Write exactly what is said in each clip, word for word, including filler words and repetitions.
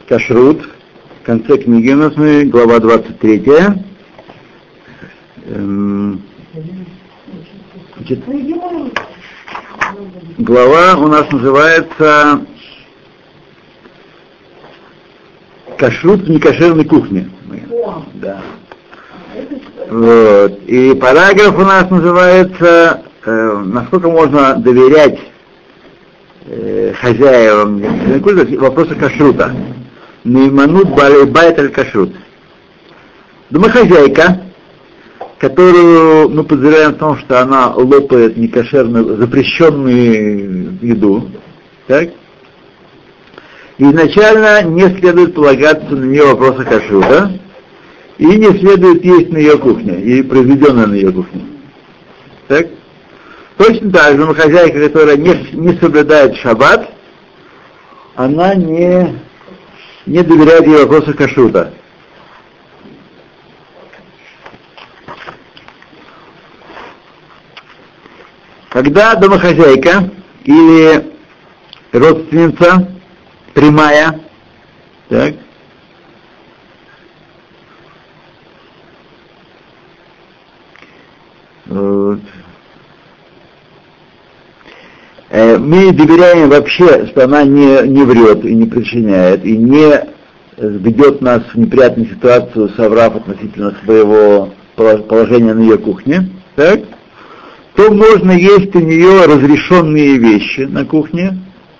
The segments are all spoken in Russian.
Кашрут. В конце книги у нас мы, глава двадцать третья. Эм, значит, глава у нас называется «Кашрут в некошерной кухне». Да. Вот. И параграф у нас называется э, «Насколько можно доверять э, хозяевам вопроса кашрута». Нейманут балей-байт аль-кашрут. Домохозяйка, которую мы подозреваем в том, что она лопает некошерную, запрещенную еду, так? Изначально не следует полагаться на нее вопроса кашрута, и не следует есть на ее кухне, и произведенное на ее кухне. Так? Точно так же домохозяйка, которая не, не соблюдает шаббат, она не, не доверяет ей вопросу кашрута. Когда домохозяйка или родственница прямая, так, вот, э, мы доверяем вообще, что она не, не врет и не причиняет, и не введет нас в неприятную ситуацию, соврав относительно своего положения на ее кухне, так, то можно есть у нее разрешенные вещи на кухне,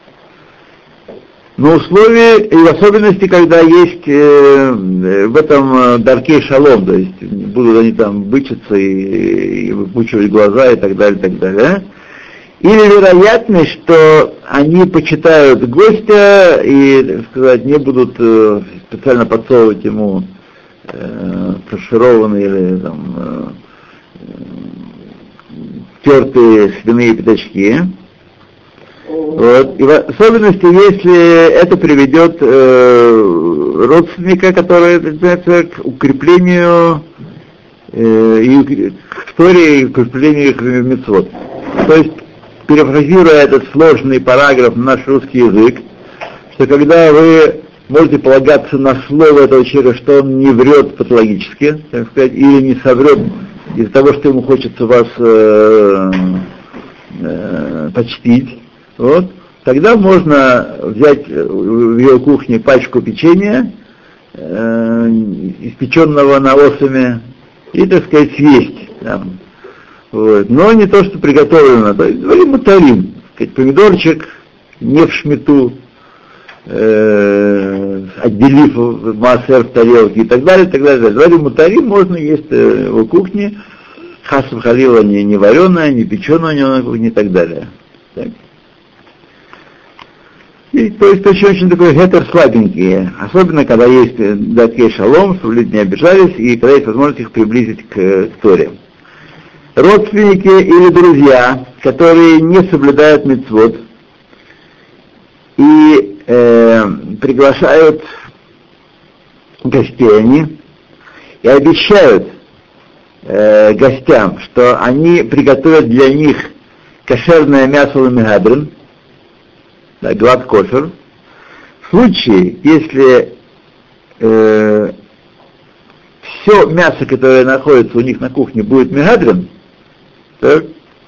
но условия, и в особенности, когда есть э, в этом даркей шалом, то есть будут они там бычиться и, и выпучивать глаза и так далее, и так далее. Или вероятность, что они почитают гостя и, так сказать, не будут э, специально подсовывать ему э, фаршированные или там э, тертые свиные пятачки. Вот. И в особенности, если это приведет э, родственника, который называется, к укреплению э, и к истории, и к укреплению их мицвот. То есть, перефразируя этот сложный параграф на наш русский язык, что когда вы можете полагаться на слово этого человека, что он не врет патологически, так сказать, или не соврет из-за того, что ему хочется вас э, э, почтить, вот, тогда можно взять в ее кухне пачку печенья, э, испеченного навосами, и, так сказать, съесть. Там. Вот. Но не то, что приготовлено. То есть, говорим, мутарим. Сказать, помидорчик, не в шмету, э, отделив массер в тарелке и так далее, и так далее. Говорим, мутарим можно есть э, в кухне, хасов халила не, не вареная, не печеная у него на кухне и так далее. Так. И, то есть очень-очень такой гетер слабенькие, особенно когда есть дакей шалом, чтобы люди не обижались, и когда есть возможность их приблизить к, к Торе. Родственники или друзья, которые не соблюдают мицвот и э, приглашают гостей они и обещают э, гостям, что они приготовят для них кошерное мясо ламегадрин, да, глад кошер. В случае, если э, все мясо, которое находится у них на кухне, будет мегадрин, так,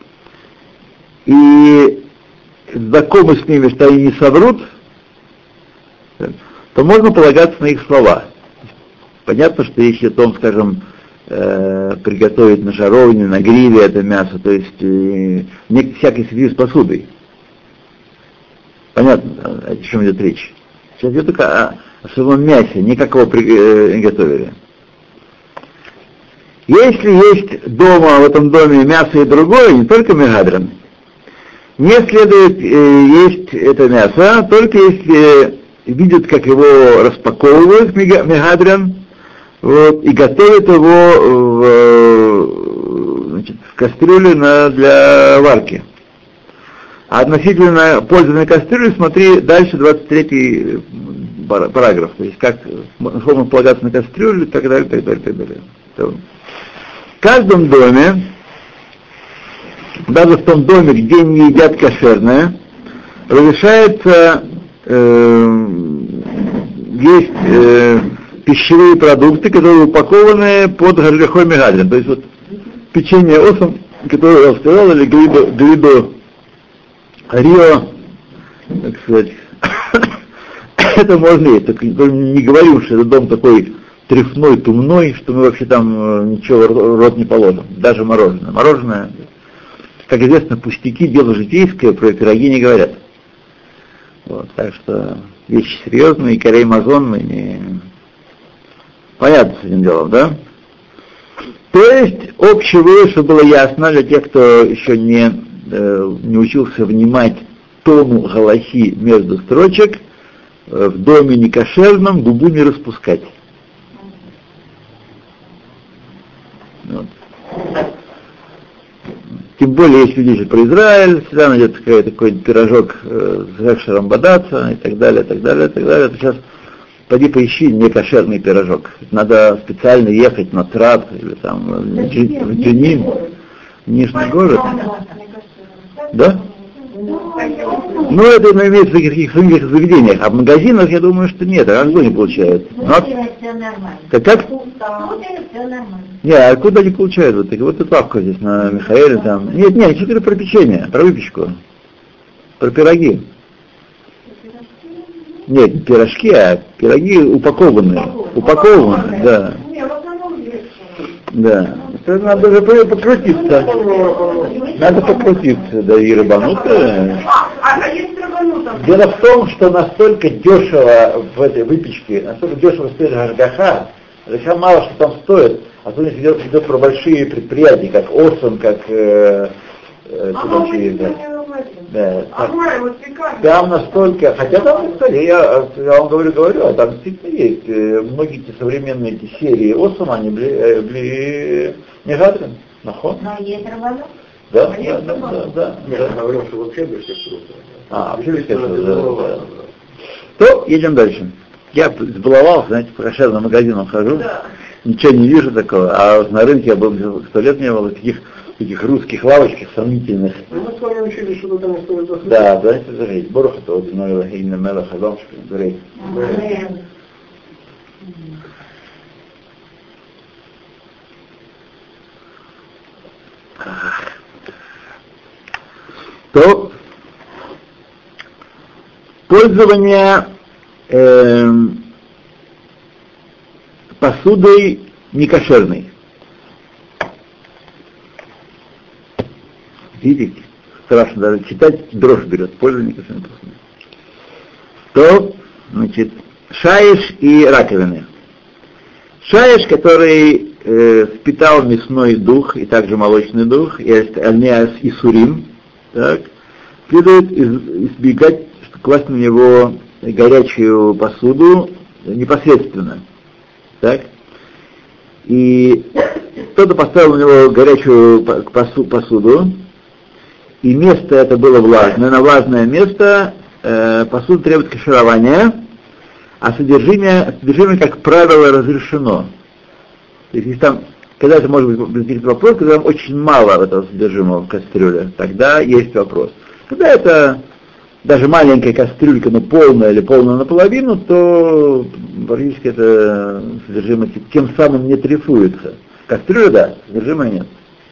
и знакомы с ними, что они не соврут, так, то можно полагаться на их слова. Понятно, что если том, скажем, э, приготовить на жаровне, на гриле это мясо, то есть э, не всякой связи с посудой. Понятно, о чем идет речь. Сейчас идет только о, о самом мясе, никакого при, э, готовили. Если есть дома, в этом доме мясо и другое, не только мегадрин, не следует э, есть это мясо, только если видят, как его распаковывают, мегадрин, вот, и готовят его в, значит, в кастрюле на, для варки. А относительно пользования кастрюли, смотри дальше двадцать третий параграф, то есть как можно полагаться на кастрюлю и так далее, так далее, так далее. В каждом доме, даже в том доме, где не едят кошерное, разрешается э, есть э, пищевые продукты, которые упакованы под Гашгахой Мегадрин. То есть вот печенье осом, которое я сказал, или глидо, глидо Рио, так сказать, это можно есть. Только не говорим, что это дом такой трефной, тумной, что мы вообще там ничего в рот не положим. Даже мороженое. Мороженое, как известно, пустяки, дело житейское, про пироги не говорят. Вот, так что вещи серьезные, корей мазон мы не... Понятно с этим делом, да? То есть, общий вывод, чтобы было ясно, для тех, кто еще не, э, не учился внимать тону галахи между строчек, э, в доме некошерном губу не распускать. Вот. Тем более, если речь про Израиль, всегда найдется какой-то такой пирожок э, с гекшером бадаться и так далее, и так далее, и так далее. То сейчас пойди поищи некошерный пирожок. Надо специально ехать на Црат или там в Дженин, в Нижний город. Да? Ну, это ну, имеется в каких-то заведениях, а в магазинах, я думаю, что нет, а никто не получает. Ну, Но... Как? как? Не, а откуда они получают? Вот, вот эта лавка здесь на Михаэле там. Нет, нет, я говорю про печенье, про выпечку. Про пироги. Нет, не пирожки, а пироги упакованные. Упакованные, да. Да. Это надо же покрутиться. Надо покрутиться, да, и рыбануться. Дело в том, что настолько дешево в этой выпечке, настолько дешево стоит Гашгаха, Гашгаха мало что там стоит, а то идет, идет про большие предприятия, как Осом, как э, э, да. Да, там, там настолько, хотя там, кстати, я, я вам говорю, говорю, а там действительно есть. Многие эти современные эти серии Осом, они были, были не гадрен, наход. Но есть рыбалок? Да, да, да, да, да, да. Я говорил, что вообще без круто. А, вообще без круто, да, да. То, едем дальше. Я сбаловался, знаете, по кошерным магазинам хожу, да. Ничего не вижу такого, а на рынке я был, сто лет не было таких таких русских лавочках сомнительных. Ну, мы с вами учили, что там не стоит заходить. Да, давайте зажить. Борух это вот иной лахейна мела хазам, что зажить. То пользование э, посудой некошерной. Видите, страшно даже читать, дрожь берет, пользование некошерной посудой. То, значит, шаиш и раковины. Шаиш, который э, впитал мясной дух и также молочный дух, и альмиас и сурим, так, следует избегать, что класть на него горячую посуду непосредственно. Так? И кто-то поставил на него горячую посуду, и место это было влажное, на влажное место э, посуда требует каширования, а содержимое, содержимое, как правило, разрешено. То есть, если там, когда это может быть возникнет вопрос, когда там очень мало этого содержимого в кастрюле, тогда есть вопрос. Когда это даже маленькая кастрюлька, но полная или полная наполовину, то практически это содержимое тем самым не трефуется. Кастрюля, да, содержимое нет.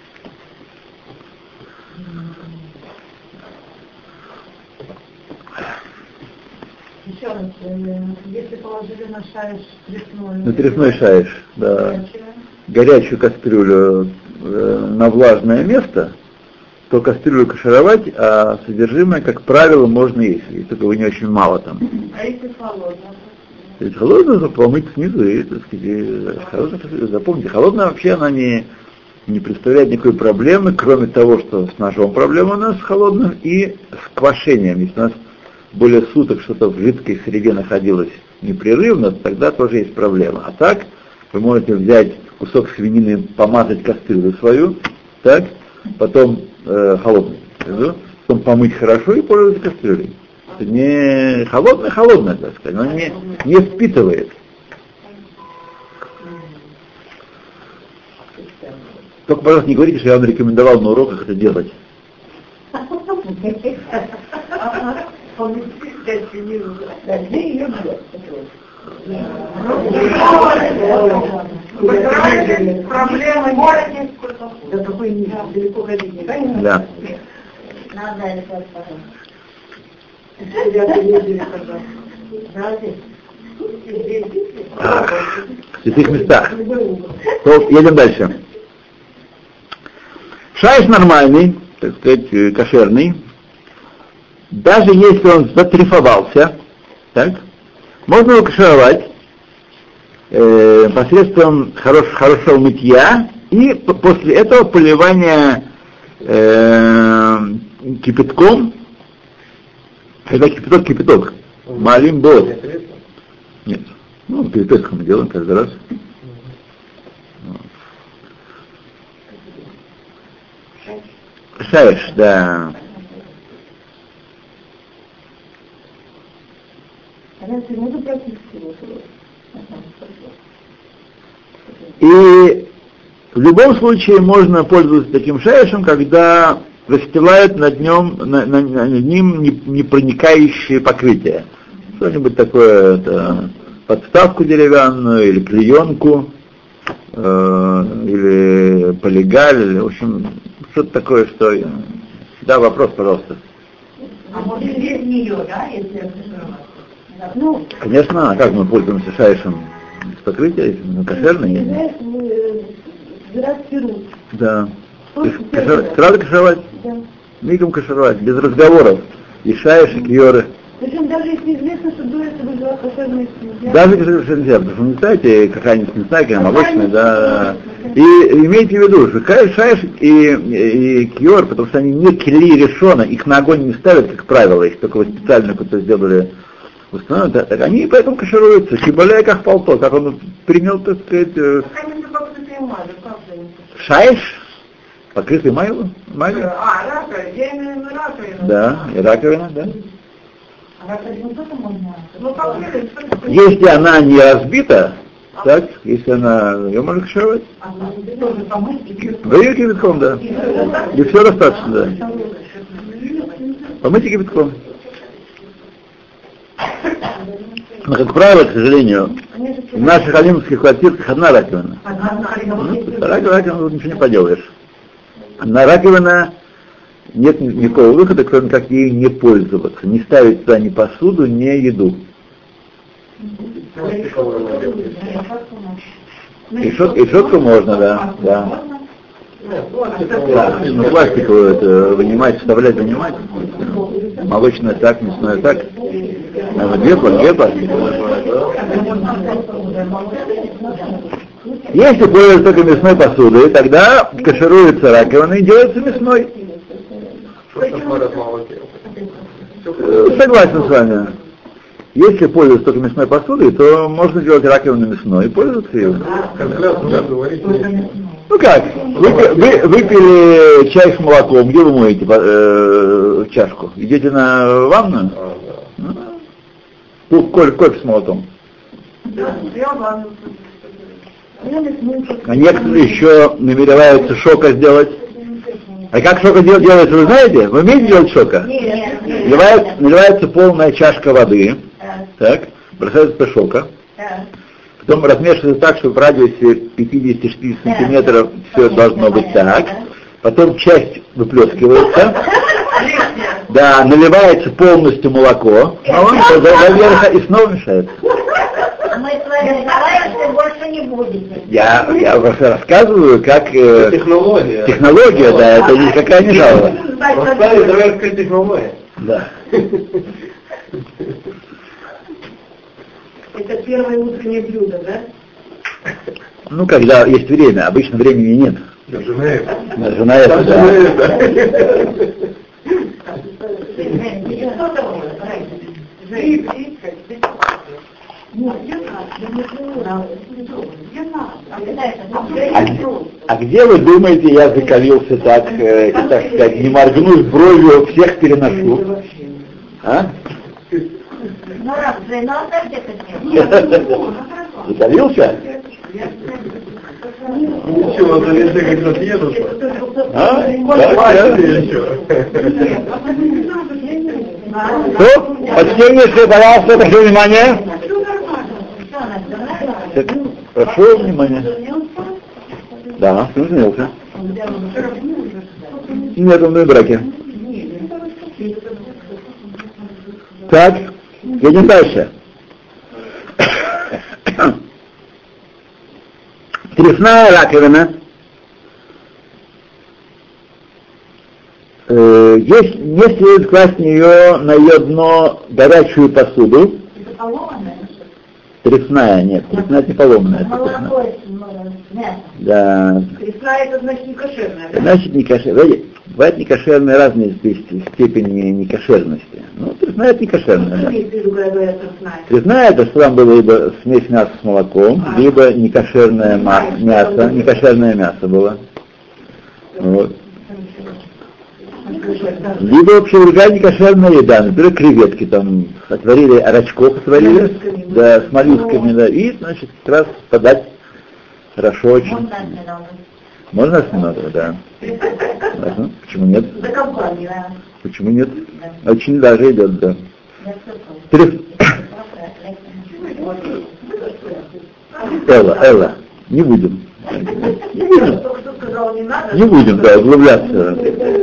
Еще раз, если положили на шаиш трясной... На трясной шаиш, да. Горячую кастрюлю э, на влажное место, то кастрюлю кашировать, а содержимое, как правило, можно есть, если только его не очень мало там. А если холодно? Если холодно, то помыть снизу и, так сказать, холодно, запомните, холодная вообще она не, не представляет никакой проблемы, кроме того, что с ножом проблема у нас с холодным и с квашением. Если у нас более суток что-то в жидкой среде находилось непрерывно, тогда тоже есть проблема. А так, вы можете взять кусок свинины, помазать кастрюлю свою, так, потом э, холодный, потом помыть хорошо и пользоваться кастрюлей. Это не холодное-холодное, так сказать, оно не, не впитывает. Только, пожалуйста, не говорите, что я вам рекомендовал на уроках это делать. Выбираете проблемы, боретесь. Да такой не далеко ходить не конечно. Да. Надо это Ребята ездили, пожалуйста. Разве? В святых местах. То, едем дальше. Шайш нормальный, так сказать, кошерный. Даже если он затрифовался, так, можно его кашировать э, посредством хорош, хорошего мытья и п- после этого поливания э, кипятком, когда кипяток, кипяток, малим бот. Нет. Ну, перед Песхом мы делаем каждый раз. Шайш, да. И в любом случае можно пользоваться таким шайшем, когда расстилают над, нем, на, на, над ним непроникающее покрытие. Что-нибудь такое, это, подставку деревянную, или клеенку, э, или полигаль, или, в общем, что-то такое, что... Да, вопрос, пожалуйста. А может без нее, да, если это ну, конечно, а как мы пользуемся шайшем с покрытия, если мы кошерные? Знаешь, выбирать пиру. Да. Кашер... Сразу кашировать? Да. Мигом кашировать, без разговоров. И шайш, и кьоры. Причем даже если известно, что до этого была кошерная семья. Даже кошерная нельзя, потому что вы не знаете, какая-нибудь не знаю, какая молочная, да. И имейте в виду, что шайш и, и кьор, потому что они не кили решено, их на огонь не ставят, как правило, их только вот специально кто-то сделали. Установят, так они поэтому кашируются, кибаляя как полто, как он принял, так сказать... Э... Шайш? Покрытый майл? майл? А, раковина, я имею в виду раковина. Да, и раковина, да. А раковину тоже можно? Ну, покрытый, если она не разбита, так, если она... Ее можно кашировать? а тоже помыть и Вы кипятком, да. И все достаточно, да. Помыть кипятком. Но, как правило, к сожалению, в наших алимовских квартирах одна раковина. Ну, раковина, раковина, тут ничего не поделаешь. На раковина нет никакого выхода, кроме как ею не пользоваться. Не ставить туда ни посуду, ни еду. И, шот, и шотку можно, да. Да. Да, ну, пластиковую это вынимать, вставлять, вынимать. Молочное так, мясное так. А две, две пластиковые. Если пользуются только мясной посудой, тогда кашируется раковина и делается мясной. Согласен с вами. Если пользуются только мясной посудой, то можно делать раковину мясной и пользоваться ее. Ну как, вы, вы, выпили чай с молоком, где вы моете э, чашку? Идете на ванную? Ну, кофе, кофе с молоком. А некоторые еще намереваются шока сделать. А как шока делать, делается, вы знаете? Вы умеете делать шока? Наливается, наливается полная чашка воды, так, бросается по шока. Потом размешивается так, что в радиусе пятьдесят-шестьдесят сантиметров все должно быть так. Потом часть выплескивается. Да, наливается полностью молоко. А он наверх и снова мешается. Мы с вами разговаривать больше не будете. Я, я просто рассказываю, как... Э, технология. Технология, да, это никакая не жалоба. Поставить советская технология. Да. Это первое утреннее блюдо, да? Ну, когда есть время, обычно времени нет. Жена это, да. А, а где вы думаете, я закалился так, э, так сказать, не моргнув бровью, всех переношу? А? Ну, раз, ну, где-то Закалился? Ничего, это если как раз едут. А? Да, да. Что? Почтеннейшее, пожалуйста, прошу внимания. Так, прошу внимания. Да, он женился. Нет, он в браке. Так, едем дальше. Трясная раковина. Э, есть, не следует класть в нее на ее дно горячую посуду. Это поломанное? Трясная, нет, трясная не поломанная. Это трясная. Молоко, мясо. Да. Трясная это значит не кошерное, да? Значит, не кошерная. Бывают некошерные разные степени некошерности. Ну, трясная это не кошерная. Что Да. имеется в виду, когда говорят трясная? Трясная это что там было либо смесь мяса с молоком, А. либо некошерное ма- мясо, некошерное мясо было. Вот. Либо вообще другая некошерная еда, например, креветки там отварили, рачков отварили, Моллюсками. да, с моллюсками, да, и, значит, как раз подать хорошо очень. Можно осьминога. Можно осьминога, да. Ага. Почему нет? За компанию, да. Почему нет? Очень даже идет, да. Я все Тряс- Элла, Элла, не будем. Не будем. Только что сказал, не надо. Не будем, да, углубляться.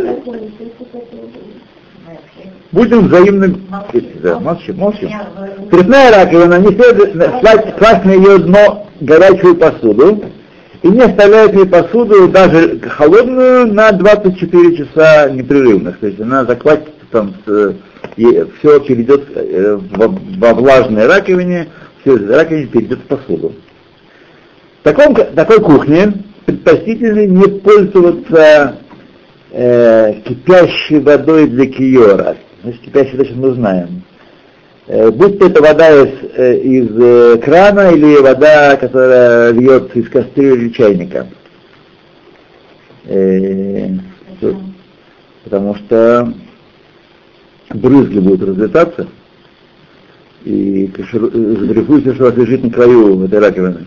Будем взаимно... Да, молчим, молчим. Трясная раковина не следует класть, класть на ее дно горячую посуду и не оставляет ей посуду, даже холодную, на двадцать четыре часа непрерывных. То есть она захватит там, все перейдет э, во, во влажной раковине, все из раковины перейдет в посуду. В таком, такой кухне предпочтительно не пользоваться э, кипящей водой для киора. Значит, кипящей водой мы знаем. Э, будь то это вода из, э, из э, крана или вода, которая льется из кастрюли или чайника. Э, то, потому что брызги будут разлетаться и сгрифуйте, что у вас лежит на краю этой раковины.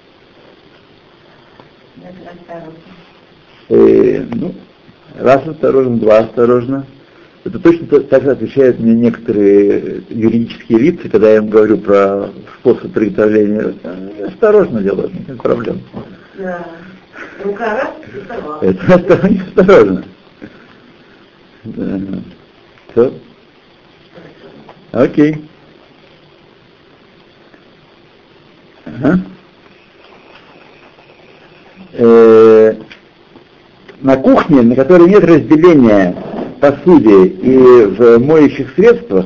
Э, ну, раз осторожно, два осторожно. Это точно так же отвечают мне некоторые юридические лица, когда я им говорю про способ приготовления. Осторожно делать, нет проблем. Да. Рука раз и сорвала. Это осторожно. Да. Все? Окей. Ага. Э, на кухне, на которой нет разделения посуде и в моющих средствах,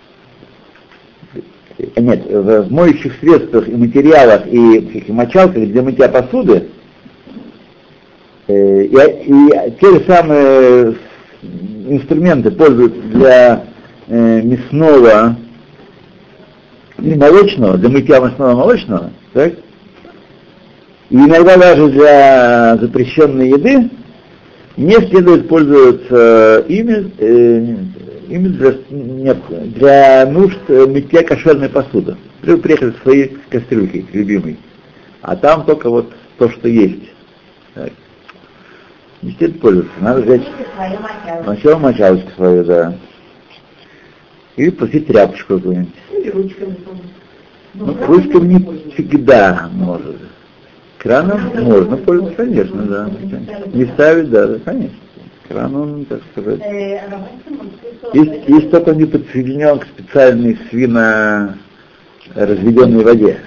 нет, в моющих средствах и материалах и, и мочалках для мытья посуды, э, и, и те же самые инструменты пользуются для э, мясного и молочного, для мытья мясного и молочного, так? И иногда даже для запрещенной еды не следует пользоваться ими, э, ими для, нет, для нужд мытья кошерной посуды. Вы приехали со своей кастрюлькой, любимой, а там только вот то, что есть. Так. Не следует пользоваться, надо взять сначала мочалочку свою, да. Или просить тряпочку какую-нибудь. Или ручками. Ну, ручками не всегда может. Краном можно пользоваться, конечно, да. Не ставить, да, да, конечно. Краном, так сказать. Есть, есть только не подсоединен к специальной свино разведенной воде.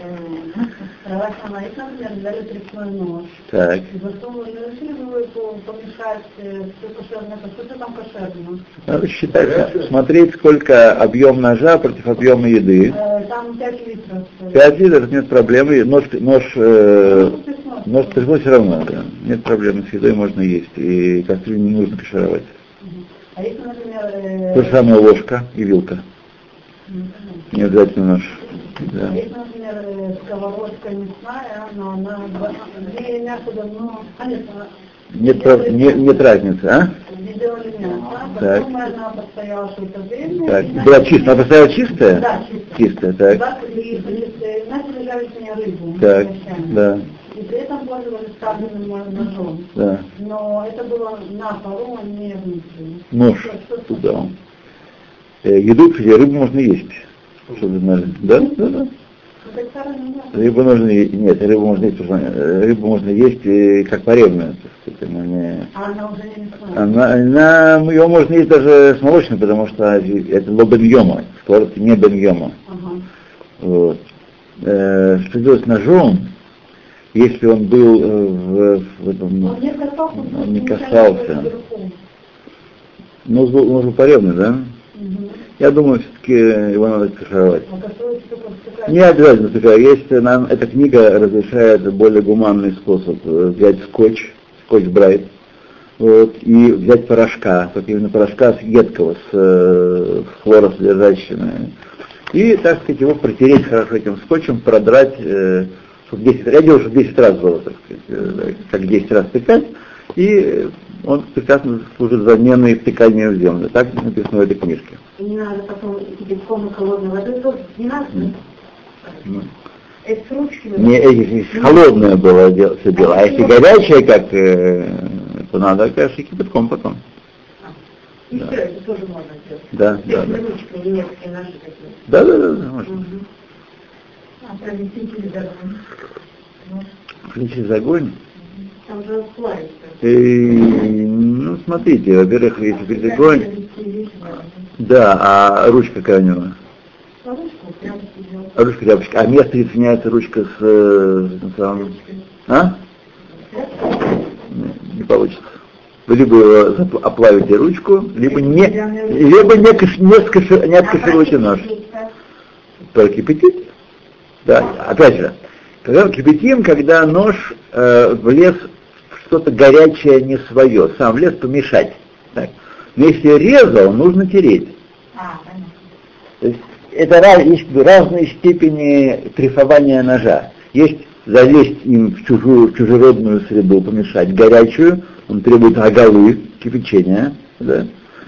Взяли тряпной нож. Так. И потом решили его помешать все кошерное, что там кошерное. Надо считать, смотреть, сколько объем ножа против объема еды. Там пять литров. пять литров, нет проблемы. Нож, нож, э, нож тряпной все равно, да. Нет проблем, с едой можно есть. И кастрюлю не нужно кашировать. А если, например... Э... То же самое ложка и вилка. Не обязательно нож. Да. А если, например, сковородка мясная, но она где мясо давно, конечно, Нет, прав... нет, нет разницы, а? сделали мясо, Так. потом она постояла что-то время. Так, была чистая, она постояла чистая? Да, чистая. Чистая, так. Да, и начали жарить мне рыбу. Так, овощами. да, И при этом пользовались ставленным ножом. да. Но это было на полу, а не внутри. Нож туда. Э, еду, кстати, рыбу можно есть. Что вы знали? Да? Да, да. Рыбу нужно есть, нет, рыбу можно есть, рыбу можно есть и как поребную. А она уже не мясная? Она, она, ее можно есть даже с молочной, потому что это ло бен-йома, скорость не бен-йома. Ага. Вот. Э, что делать с ножом, если он был в, в этом, Он не касался, он не касался. Нож был, нож был поребный, да? Угу. Я думаю, все-таки его надо кашировать. А Не обязательно такая. Есть, нам эта книга разрешает более гуманный способ взять скотч, скотч-брайт, вот, и взять порошка, только именно порошка с едкого, с, с хлоросодержащими, и, так сказать, его протереть хорошо этим скотчем, продрать, э, чтобы десять, я делал, чтобы десять раз было, так сказать, э, как десять раз втыкать, и он прекрасно служит заменой втыкания в землю. Так написано в этой книжке. И не надо потом кипятком и холодной водой тоже, не надо? Mm. Это с ручками? Не, если холодное было дело, все дело, а если горячее, как, э, то надо, конечно, кипятком потом. И да. Все, это тоже можно сделать. Да, да, да. Ручки, не некоторые ножи такие. Да, да, да, да, можно. Угу. А провести через огонь. Через огонь? Там же плавится. И, ну, смотрите, во-первых, если через огонь... Да, а ручка какая у него? А ручку прям сидел. А ручка тряпочка. А место, где соединяется ручка с... с самым... А? Не, не получится. Вы либо оплавите ручку, либо не, либо не, каш, не, скаши, не откашируйте нож. Прокипятить? Да, опять же, когда кипятим, когда нож э, влез в что-то горячее не свое, сам влез помешать. Так. Но если резал, нужно тереть. А, понятно. То есть это раз, есть разные степени трефования ножа. Есть залезть им в чужую, в чужеродную среду, помешать горячую, он требует агалу, кипячения, да?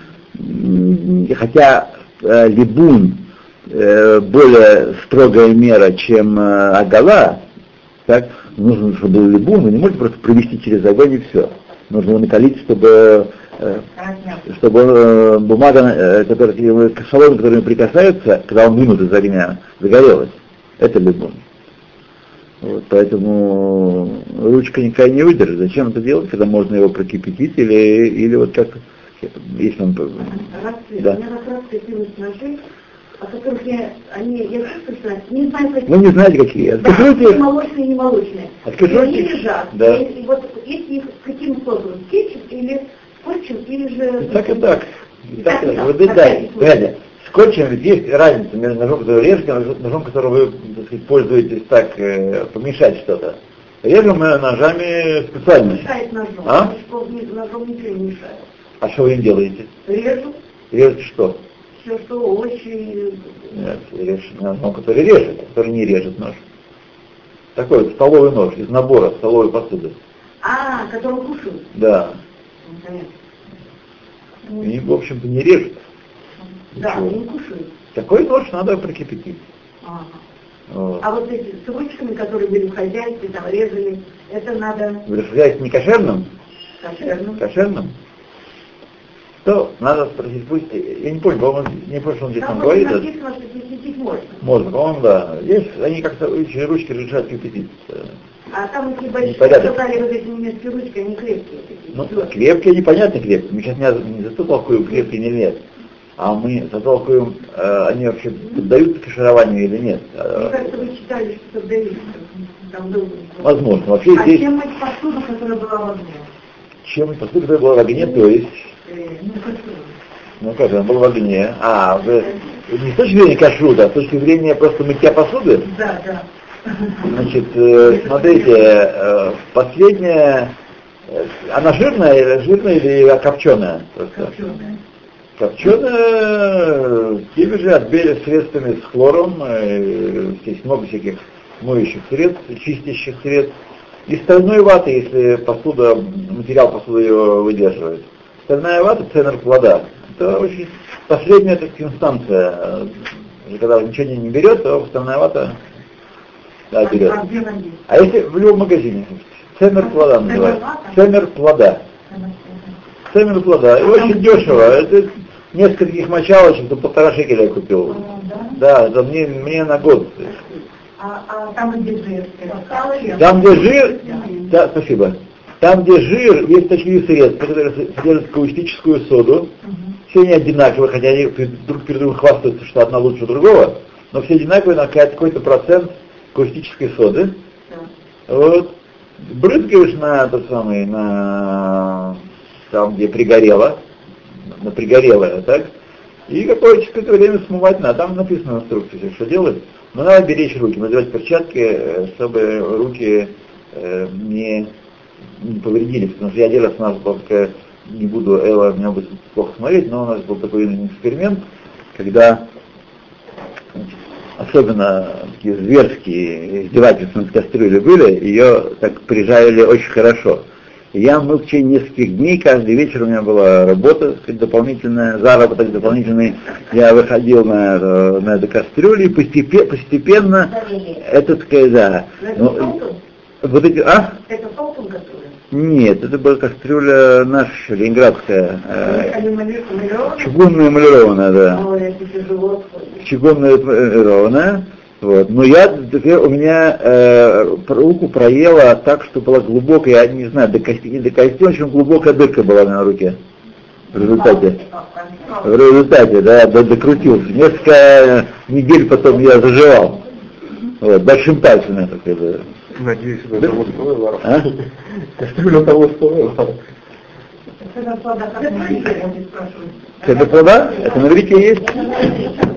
Хотя э, либун э, более строгая мера, чем э, агала, так, нужно, чтобы был либун, вы не можете просто провести через огонь и все. Нужно его накалить, чтобы, э, чтобы э, бумага, э, которая, солома, которая прикасается, когда он вынут из огня, загорелась. Это либун. Вот, поэтому ручка никакая не выдержит. Зачем это делать, когда можно его прокипятить или, или вот как, если он... Расцвет. Да. У меня как раз появились ножи, о которых я, они, я чувствую, не знаю, какие. Вы не знаете, какие. Откажите Да, их. молочные и не молочные. Откажите. И они лежат. Да. И, и вот если их каким способом, скетчем или скотчем, или же... И так и так. И так и так. так. Вы да, понимаете, скотчем ведь есть разница между ножом, который режете, и ножом, которым вы, так сказать, пользуетесь так, э, помешать что-то. Режем мы ножами специальными. Мешает ножом. А? Ножом ничего не мешает. А что вы им делаете? Режу. Режете что? Все, что овощи. Нет, режешь ножом, который режет, который не режет нож. Такой вот столовый нож из набора столовой посуды. А, которого кушают. Да. Ну, понятно. И, в общем-то, не режет. Да, Ничего. не кушают. Такой нож надо прокипятить. Ага. Вот. А вот эти с ручками, которые были в хозяйстве, там резали, это надо Вы разрешаете не кошерным? кошерным. Кошерным? То надо спросить, пусть, я не понял, по-моему, не помню, что он здесь Там там вот говорит. написано, что здесь сидеть можно. Можно, по-моему, да. Здесь они как-то эти ручки разрешают кипятить. А там эти большие, Непорядок. сказали, вот эти немецкие ручки, они крепкие такие. Ну, крепкие, непонятно крепкие. Мы сейчас не, не зато толкуем, крепкие или нет. А мы затолкуем, э, они вообще поддаются кашированию или нет. Мне кажется, вы читали, что поддаются. Там был... Возможно. Вообще А здесь... чем мыть посуду, которая была в огне? Чем посуда, которая была в огне, то есть... Э, ну, посуду. Ну как, она была в огне. А, вы, не с точки зрения кашрута, а с точки зрения просто мытья посуды. Да, да. Значит, э, смотрите, э, последняя... Э, она жирная, жирная или копченая? Просто? Копченая. Копченая теми же отбели средствами с хлором, э, есть много всяких моющих средств, чистящих средств. И стальной ваты, если посуда, материал посуды ее выдерживает. Стальная вата — ценр плода. Это очень последняя, так сказать, инстанция. Когда ничего не, не берет, то стальная вата да, берет. А где она есть? А если в любом магазине? Ценр плода называется. Ценр плода. Ценр плода. И очень дешево. Это нескольких мочалочек, до полтора шекеля я купил. Да, это мне, мне на год. А, а там, где жир, это Там, где жир, да, спасибо. Там, где жир, есть такие средства, которые содержат каустическую соду. Все они одинаковые, хотя они друг перед другом хвастаются, что одна лучше другого, но все одинаковые на какой-то процент каустической соды. Вот. Брызгаешь на тот самый, на там, где пригорело, на пригорелое, так? И какое-то время смывать надо. Там написано в инструкции, что делать. Но надо беречь руки, надевать перчатки, чтобы руки э, не, не повредились. Потому что я один раз у нас был такая, не буду, Элла меня будет плохо смотреть, но у нас был такой эксперимент, когда значит, особенно такие зверские издевательства над кастрюлей были, ее так прижарили очень хорошо. Я мыл в течение нескольких дней, каждый вечер у меня была работа, так сказать, дополнительная, заработок дополнительный. Я выходил на, на эту кастрюлю и постепенно, постепенно это, так сказать, да. Ну, вот эти, а? Это соусом кастрюля? Нет, это была кастрюля наша, ленинградская. Э, Эмалированная? чугунная эмалированная, да. Ой, это тяжело. Чугунная эмалированная. Вот. Но я, теперь у меня э, руку проела так, что была глубокая, я не знаю, до кости, не до кости, очень глубокая дырка была на руке. В результате. В результате, да, докрутился. Несколько недель потом я заживал. Вот, большим пальцем я так это. Надеюсь, это того стоило. А? Кастрюля того стоила. Это плода, как мы спрашиваем. Это плода? Это на иврите есть?